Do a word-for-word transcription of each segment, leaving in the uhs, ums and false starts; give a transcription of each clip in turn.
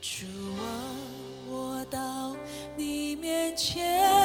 主啊，我到你面前，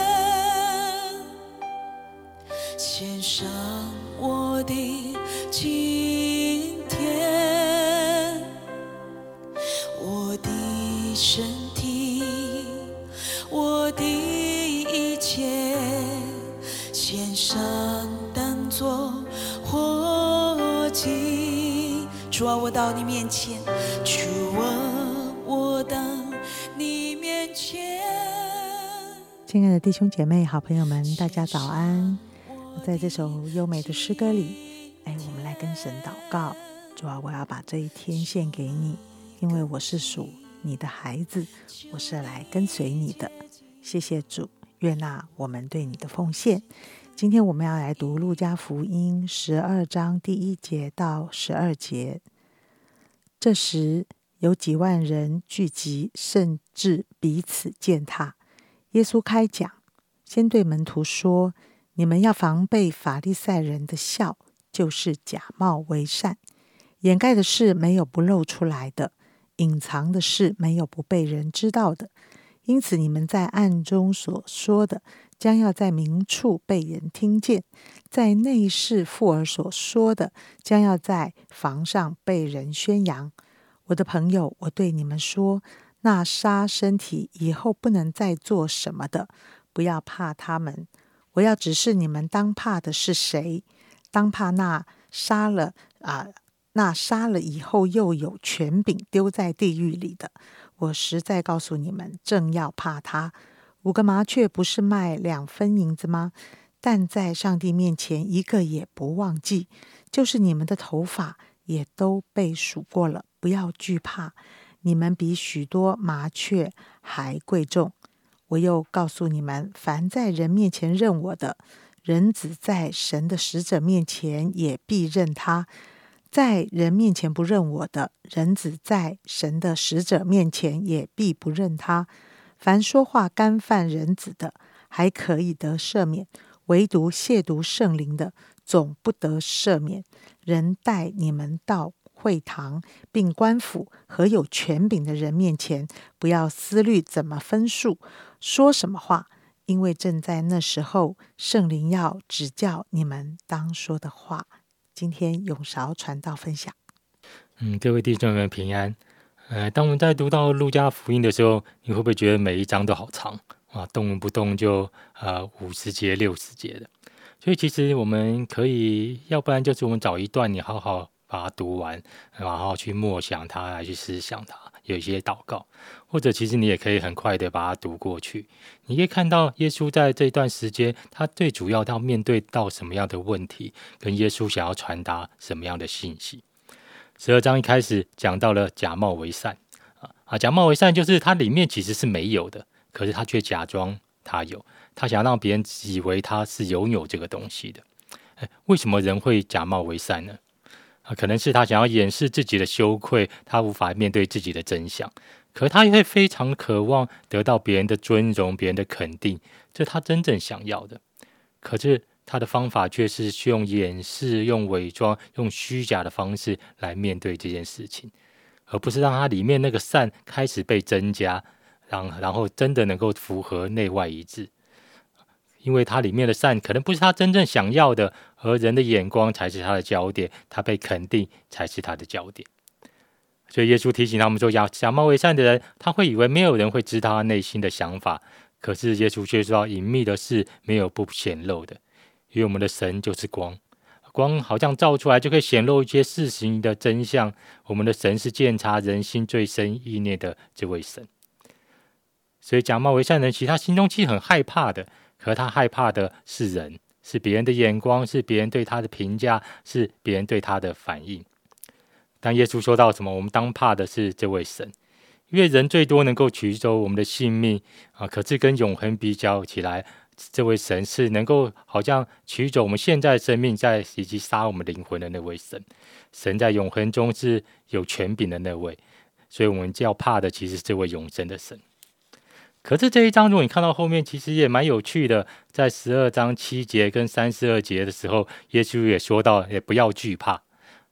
献上我的今天，我的身体，我的一切，献上当作活祭。主啊，我到你面前，主啊，我到你面前。 亲爱的弟兄姐妹、好朋友们，大家早安。在这首优美的诗歌里，哎，我们来跟神祷告。主啊，我要把这一天献给你，因为我是属你的孩子，我是来跟随你的。谢谢主，悦纳我们对你的奉献。今天我们要来读路加福音十二章第一节到十二节。这时有几万人聚集，甚至彼此践踏。耶稣开讲，先对门徒说：你们要防备法利赛人的笑，就是假冒为善。掩盖的事没有不露出来的，隐藏的事没有不被人知道的。因此你们在暗中所说的，将要在明处被人听见；在内室附耳所说的，将要在房上被人宣扬。我的朋友，我对你们说，那杀身体以后不能再做什么的，不要怕他们。我要指示你们，当怕的是谁？当怕那杀了啊、呃，那杀了以后又有权柄丢在地狱里的。我实在告诉你们，正要怕他。五个麻雀不是卖两分银子吗？但在上帝面前一个也不忘记。就是你们的头发也都被数过了，不要惧怕，你们比许多麻雀还贵重。我又告诉你们，凡在人面前认我的，人子在神的使者面前也必认他；在人面前不认我的，人子在神的使者面前也必不认他。凡说话干犯人子的，还可以得赦免；唯独亵渎圣灵的，总不得赦免。人带你们到会堂并官府和有权柄的人面前，不要思虑怎么分数，说什么话，因为正在那时候，圣灵要指教你们当说的话。今天永韶传道分享。 嗯，各位弟兄们平安。呃，当我们在读到路加福音的时候，你会不会觉得每一章都好长啊？动不动就呃五十节、六十节的。所以其实我们可以，要不然就是我们找一段，你好好把它读完，然后去默想它，来去思想它，有一些祷告，或者其实你也可以很快的把它读过去。你可以看到耶稣在这段时间，他最主要要面对到什么样的问题，跟耶稣想要传达什么样的信息。十二章一开始讲到了假冒为善啊，假冒为善就是它里面其实是没有的，可是他却假装他有，他想让别人以为他是拥有这个东西的。为什么人会假冒为善呢？啊，可能是他想要掩饰自己的羞愧，他无法面对自己的真相，可他也会非常渴望得到别人的尊荣、别人的肯定，这是他真正想要的。可是他的方法却是用掩饰、用伪装、用虚假的方式来面对这件事情，而不是让他里面那个善开始被增加，然后真的能够符合内外一致。因为他里面的善可能不是他真正想要的，而人的眼光才是他的焦点，他被肯定才是他的焦点。所以耶稣提醒他们说，假冒为善的人，他会以为没有人会知道他内心的想法，可是耶稣却说，隐秘的事没有不显露的，因为我们的神就是光，光好像照出来就可以显露一些事情的真相。我们的神是鉴察人心最深意念的这位神。所以假冒为善的人，其实他心中其实很害怕的，可他害怕的是人，是别人的眼光，是别人对他的评价，是别人对他的反应。当耶稣说到什么，我们当怕的是这位神，因为人最多能够取走我们的性命啊，可是跟永恒比较起来，这位神是能够好像取走我们现在的生命，在以及杀我们灵魂的那位神。神在永恒中是有权柄的那位，所以我们要怕的其实是这位永生的神。可是这一章如果你看到后面，其实也蛮有趣的，在十二章七节跟三十二节的时候，耶稣也说到，也不要惧怕。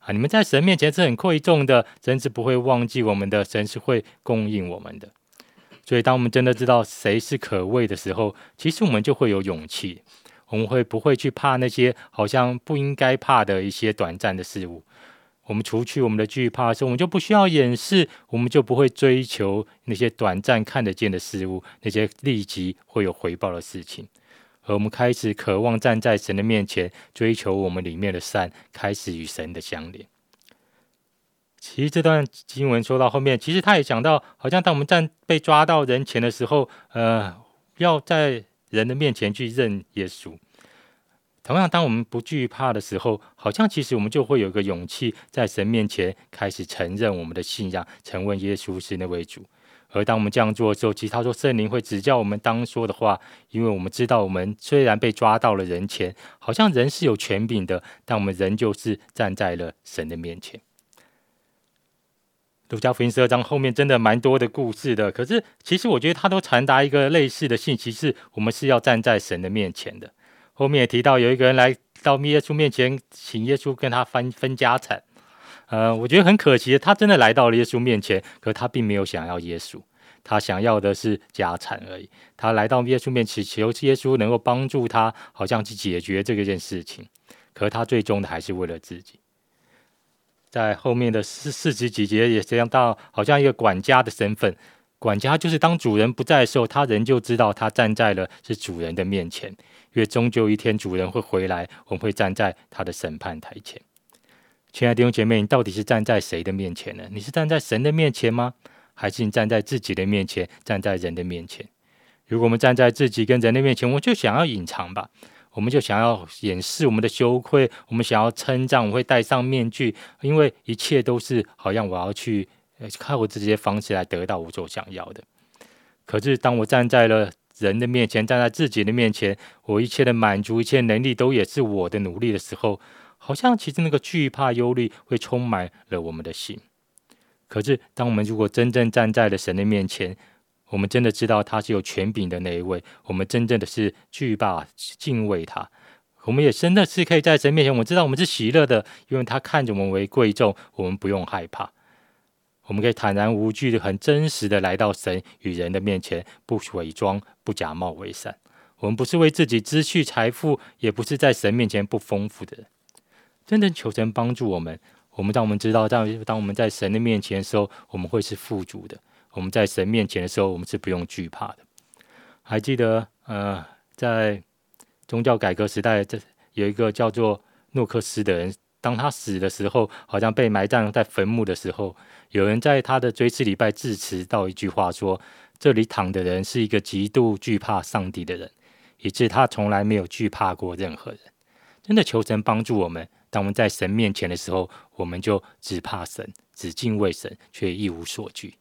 啊，你们在神面前是很贵重的，神是不会忘记我们的，神是会供应我们的。所以当我们真的知道谁是可畏的时候，其实我们就会有勇气，我们会不会去怕那些好像不应该怕的一些短暂的事物。我们除去我们的惧怕的时候，我们就不需要掩饰，我们就不会追求那些短暂看得见的事物，那些立即会有回报的事情。而我们开始渴望站在神的面前，追求我们里面的善，开始与神的相连。其实这段经文说到后面，其实他也讲到，好像当我们站被抓到人前的时候，呃，要在人的面前去认耶稣。同样，当我们不惧怕的时候，好像其实我们就会有一个勇气，在神面前开始承认我们的信仰，承认耶稣是那位主。而当我们这样做的时候，其实他说圣灵会指教我们当说的话，因为我们知道我们虽然被抓到了人前，好像人是有权柄的，但我们仍旧是站在了神的面前。路加福音十二章后面真的蛮多的故事的，可是其实我觉得他都传达一个类似的信息，是我们是要站在神的面前的。后面也提到有一个人来到耶稣面前，请耶稣跟他分分家产。呃，我觉得很可惜，他真的来到了耶稣面前，可他并没有想要耶稣，他想要的是家产而已。他来到耶稣面前，求耶稣能够帮助他，好像去解决这件事情。可他最终的还是为了自己。在后面的四四十几节也讲到，好像一个管家的身份。管家就是当主人不在的时候，他仍旧知道他站在了是主人的面前，因为终究一天主人会回来，我们会站在他的审判台前。亲爱的弟兄姐妹，你到底是站在谁的面前呢？你是站在神的面前吗？还是你站在自己的面前，站在人的面前？如果我们站在自己跟人的面前，我们就想要隐藏吧，我们就想要掩饰我们的羞愧，我们想要称赞，我们会戴上面具，因为一切都是好像我要去靠我这些方式来得到我所想要的。可是当我站在了人的面前，站在自己的面前，我一切的满足，一切能力都也是我的努力的时候，好像其实那个惧怕忧虑会充满了我们的心。可是当我们如果真正站在了神的面前，我们真的知道他是有权柄的那一位，我们真正的是惧怕敬畏他，我们也真的是可以在神面前，我们知道我们是喜乐的，因为他看着我们为贵重，我们不用害怕，我们可以坦然无惧的很真实的来到神与人的面前，不伪装，不假冒伪善。我们不是为自己积蓄财富，也不是在神面前不丰富的人。真正求神帮助我们，我们当我们知道当我们在神的面前的时候，我们会是富足的，我们在神面前的时候，我们是不用惧怕的。还记得呃，在宗教改革时代，这有一个叫做诺克斯的人，当他死的时候，好像被埋葬在坟墓的时候，有人在他的追思礼拜致辞到一句话说，这里躺的人是一个极度惧怕上帝的人，以致他从来没有惧怕过任何人。真的求神帮助我们，当我们在神面前的时候，我们就只怕神，只敬畏神，却一无所惧。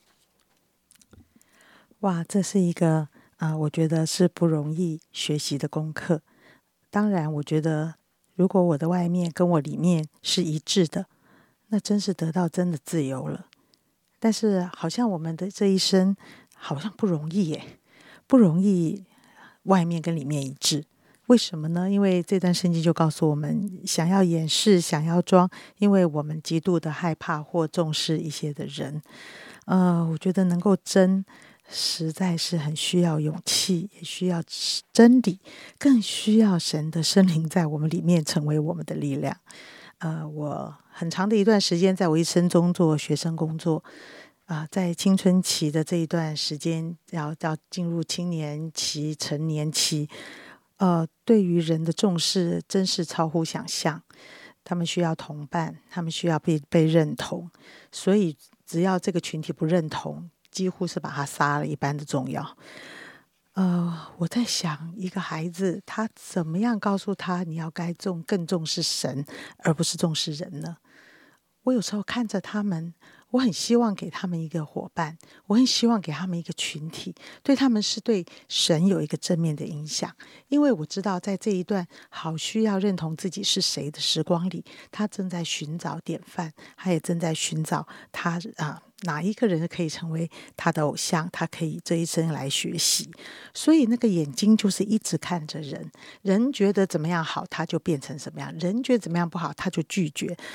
哇，这是一个啊、呃，我觉得是不容易学习的功课。当然，我觉得如果我的外面跟我里面是一致的，那真是得到真的自由了。但是好像我们的这一生好像不容易耶，不容易外面跟里面一致。为什么呢？因为这段圣经就告诉我们，想要掩饰，想要装，因为我们极度的害怕或重视一些的人。呃，我觉得能够真实在是很需要勇气，也需要真理，更需要神的圣灵在我们里面成为我们的力量。呃，我很长的一段时间，在我一生中做学生工作，啊、呃，在青春期的这一段时间，要要进入青年期、成年期，呃，对于人的重视真是超乎想象。他们需要同伴，他们需要被被认同，所以只要这个群体不认同，几乎是把他杀了一般的重要。呃，我在想，一个孩子他怎么样告诉他，你要该重更重视神，而不是重视人呢？我有时候看着他们，我很希望给他们一个伙伴，我很希望给他们一个群体，对他们是对神有一个正面的影响。因为我知道在这一段好需要认同自己是谁的时光里，他正在寻找典范，他也正在寻找他啊、呃、哪一个人可以成为他的偶像，他可以这一生来学习。所以那个眼睛就是一直看着人，人觉得怎么样好他就变成什么样，人觉得怎么样不好他就拒绝。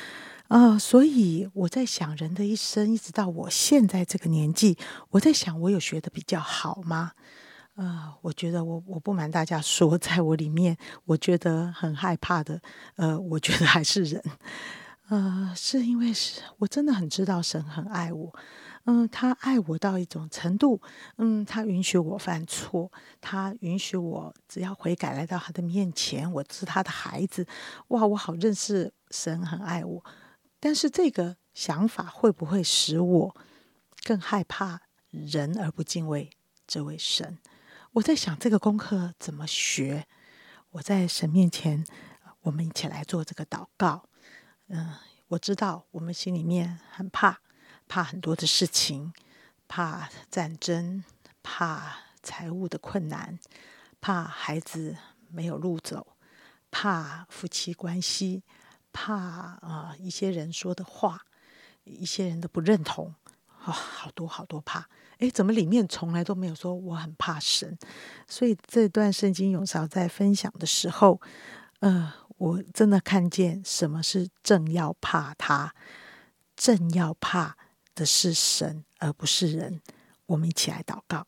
呃，所以我在想，人的一生，一直到我现在这个年纪，我在想，我有学的比较好吗？呃，我觉得我我不瞒大家说，在我里面，我觉得很害怕的，呃，我觉得还是人，呃，是因为是我真的很知道神很爱我，嗯，他爱我到一种程度，嗯，他允许我犯错，他允许我只要悔改来到他的面前，我是他的孩子，哇，我好认识神很爱我。但是这个想法会不会使我更害怕人而不敬畏这位神？我在想这个功课怎么学？我在神面前，我们一起来做这个祷告。嗯，我知道我们心里面很怕，怕很多的事情，怕战争，怕财务的困难，怕孩子没有路走，怕夫妻关系，怕啊、呃、一些人说的话，一些人的不认同，哦，好多好多怕。诶，怎么里面从来都没有说我很怕神？所以这段圣经永韶在分享的时候，呃，我真的看见什么是正要怕他，正要怕的是神，而不是人。我们一起来祷告。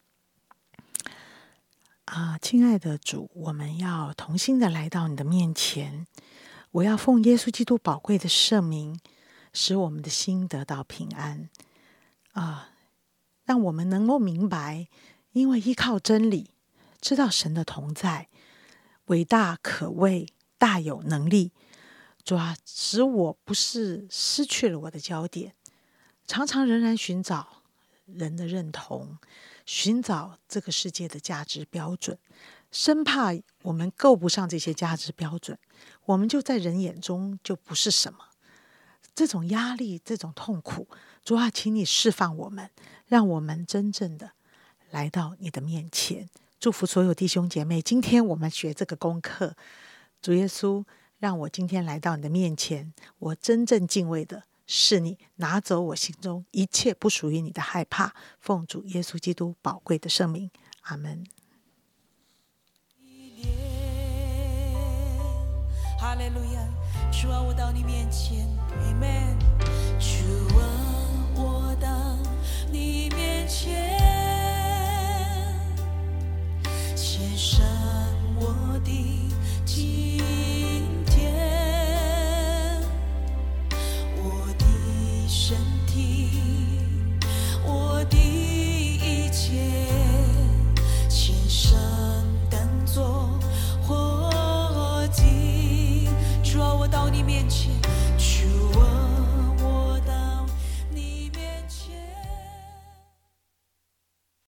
啊，亲爱的主，我们要同心的来到你的面前，我要奉耶稣基督宝贵的圣名，使我们的心得到平安啊，让我们能够明白，因为依靠真理，知道神的同在，伟大可畏，大有能力。主啊，使我不是失去了我的焦点，常常仍然寻找人的认同，寻找这个世界的价值标准，生怕我们够不上这些价值标准，我们就在人眼中就不是什么。这种压力，这种痛苦，主啊，请你释放我们，让我们真正的来到你的面前。祝福所有弟兄姐妹，今天我们学这个功课。主耶稣，让我今天来到你的面前，我真正敬畏的是你，拿走我心中一切不属于你的害怕。奉主耶稣基督宝贵的圣名，阿们。 哈利路亚，主啊，我到你面前。